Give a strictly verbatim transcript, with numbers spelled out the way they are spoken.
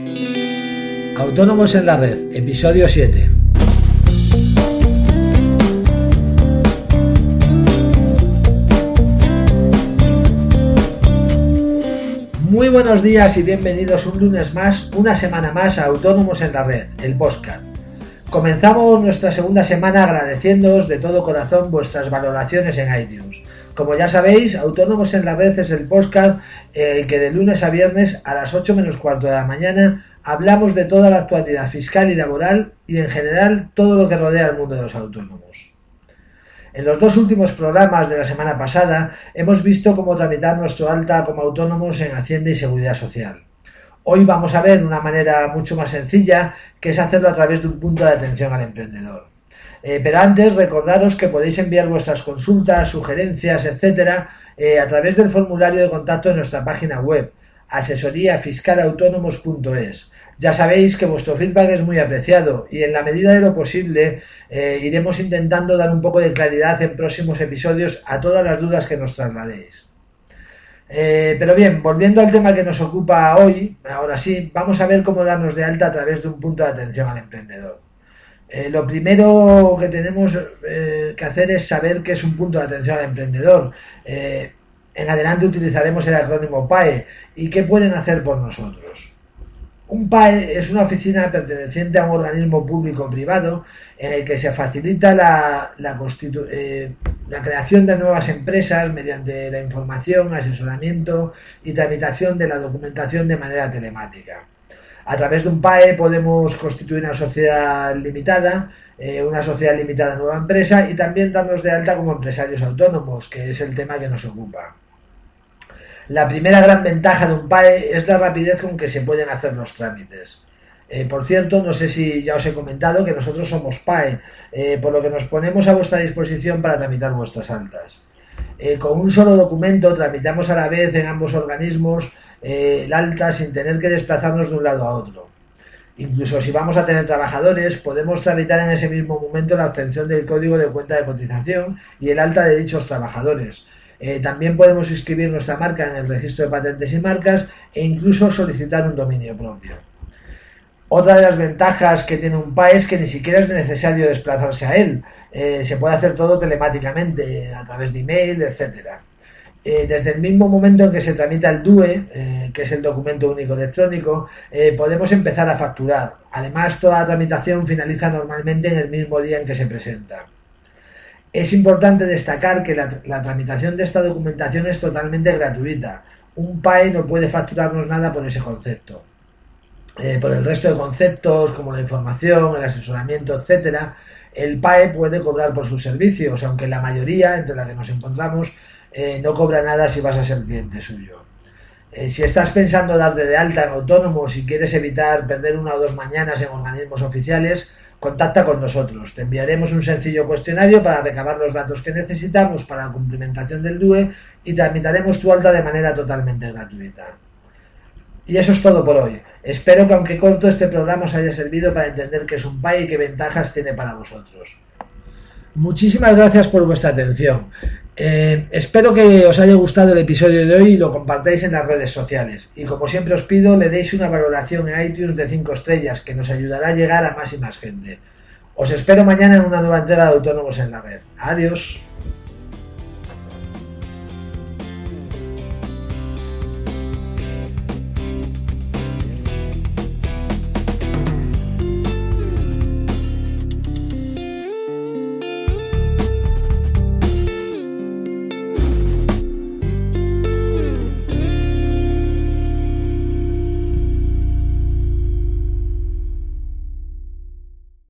Autónomos en la Red, episodio siete. Muy buenos días y bienvenidos un lunes más, una semana más a Autónomos en la Red, el podcast. Comenzamos nuestra segunda semana agradeciéndoos de todo corazón vuestras valoraciones en iTunes. Como ya sabéis, Autónomos en la Red es el podcast en el que de lunes a viernes a las ocho menos cuarto de la mañana hablamos de toda la actualidad fiscal y laboral y en general todo lo que rodea el mundo de los autónomos. En los dos últimos programas de la semana pasada hemos visto cómo tramitar nuestro alta como autónomos en Hacienda y Seguridad Social. Hoy vamos a ver una manera mucho más sencilla, que es hacerlo a través de un punto de atención al emprendedor. Eh, pero antes, recordaros que podéis enviar vuestras consultas, sugerencias, etcétera eh, a través del formulario de contacto de nuestra página web, asesoría fiscal autónomos punto es. Ya sabéis que vuestro feedback es muy apreciado y en la medida de lo posible eh, iremos intentando dar un poco de claridad en próximos episodios a todas las dudas que nos trasladéis. Eh, pero bien, volviendo al tema que nos ocupa hoy, ahora sí, vamos a ver cómo darnos de alta a través de un punto de atención al emprendedor. Eh, lo primero que tenemos eh, que hacer es saber qué es un punto de atención al emprendedor. Eh, en adelante utilizaremos el acrónimo P A E y qué pueden hacer por nosotros. Un P A E es una oficina perteneciente a un organismo público o privado en el que se facilita la, la, constitu- eh, la creación de nuevas empresas mediante la información, asesoramiento y tramitación de la documentación de manera telemática. A través de un P A E podemos constituir una sociedad limitada, eh, una sociedad limitada nueva empresa y también darnos de alta como empresarios autónomos, que es el tema que nos ocupa. La primera gran ventaja de un P A E es la rapidez con que se pueden hacer los trámites. Eh, por cierto, no sé si ya os he comentado que nosotros somos P A E, eh, por lo que nos ponemos a vuestra disposición para tramitar vuestras altas. Eh, con un solo documento tramitamos a la vez en ambos organismos eh, el alta sin tener que desplazarnos de un lado a otro. Incluso si vamos a tener trabajadores, podemos tramitar en ese mismo momento la obtención del código de cuenta de cotización y el alta de dichos trabajadores. Eh, también podemos inscribir nuestra marca en el registro de patentes y marcas e incluso solicitar un dominio propio. Otra de las ventajas que tiene un P A E es que ni siquiera es necesario desplazarse a él. Eh, se puede hacer todo telemáticamente, a través de email, etcétera. Eh, desde el mismo momento en que se tramita el D U E, eh, que es el documento único electrónico, eh, podemos empezar a facturar. Además, toda la tramitación finaliza normalmente en el mismo día en que se presenta. Es importante destacar que la, la tramitación de esta documentación es totalmente gratuita. Un P A E no puede facturarnos nada por ese concepto. Eh, por el resto de conceptos, como la información, el asesoramiento, etcétera, el P A E puede cobrar por sus servicios, aunque la mayoría, entre la que nos encontramos, eh, no cobra nada si vas a ser cliente suyo. Eh, si estás pensando darte de alta en autónomos y quieres evitar perder una o dos mañanas en organismos oficiales, contacta con nosotros. Te enviaremos un sencillo cuestionario para recabar los datos que necesitamos para la cumplimentación del D U E y tramitaremos tu alta de manera totalmente gratuita. Y eso es todo por hoy. Espero que aunque corto este programa os haya servido para entender qué es un P A E y qué ventajas tiene para vosotros. Muchísimas gracias por vuestra atención. Eh, espero que os haya gustado el episodio de hoy y lo compartáis en las redes sociales. Y como siempre os pido, le deis una valoración en iTunes de cinco estrellas, que nos ayudará a llegar a más y más gente. Os espero mañana en una nueva entrega de Autónomos en la Red. Adiós.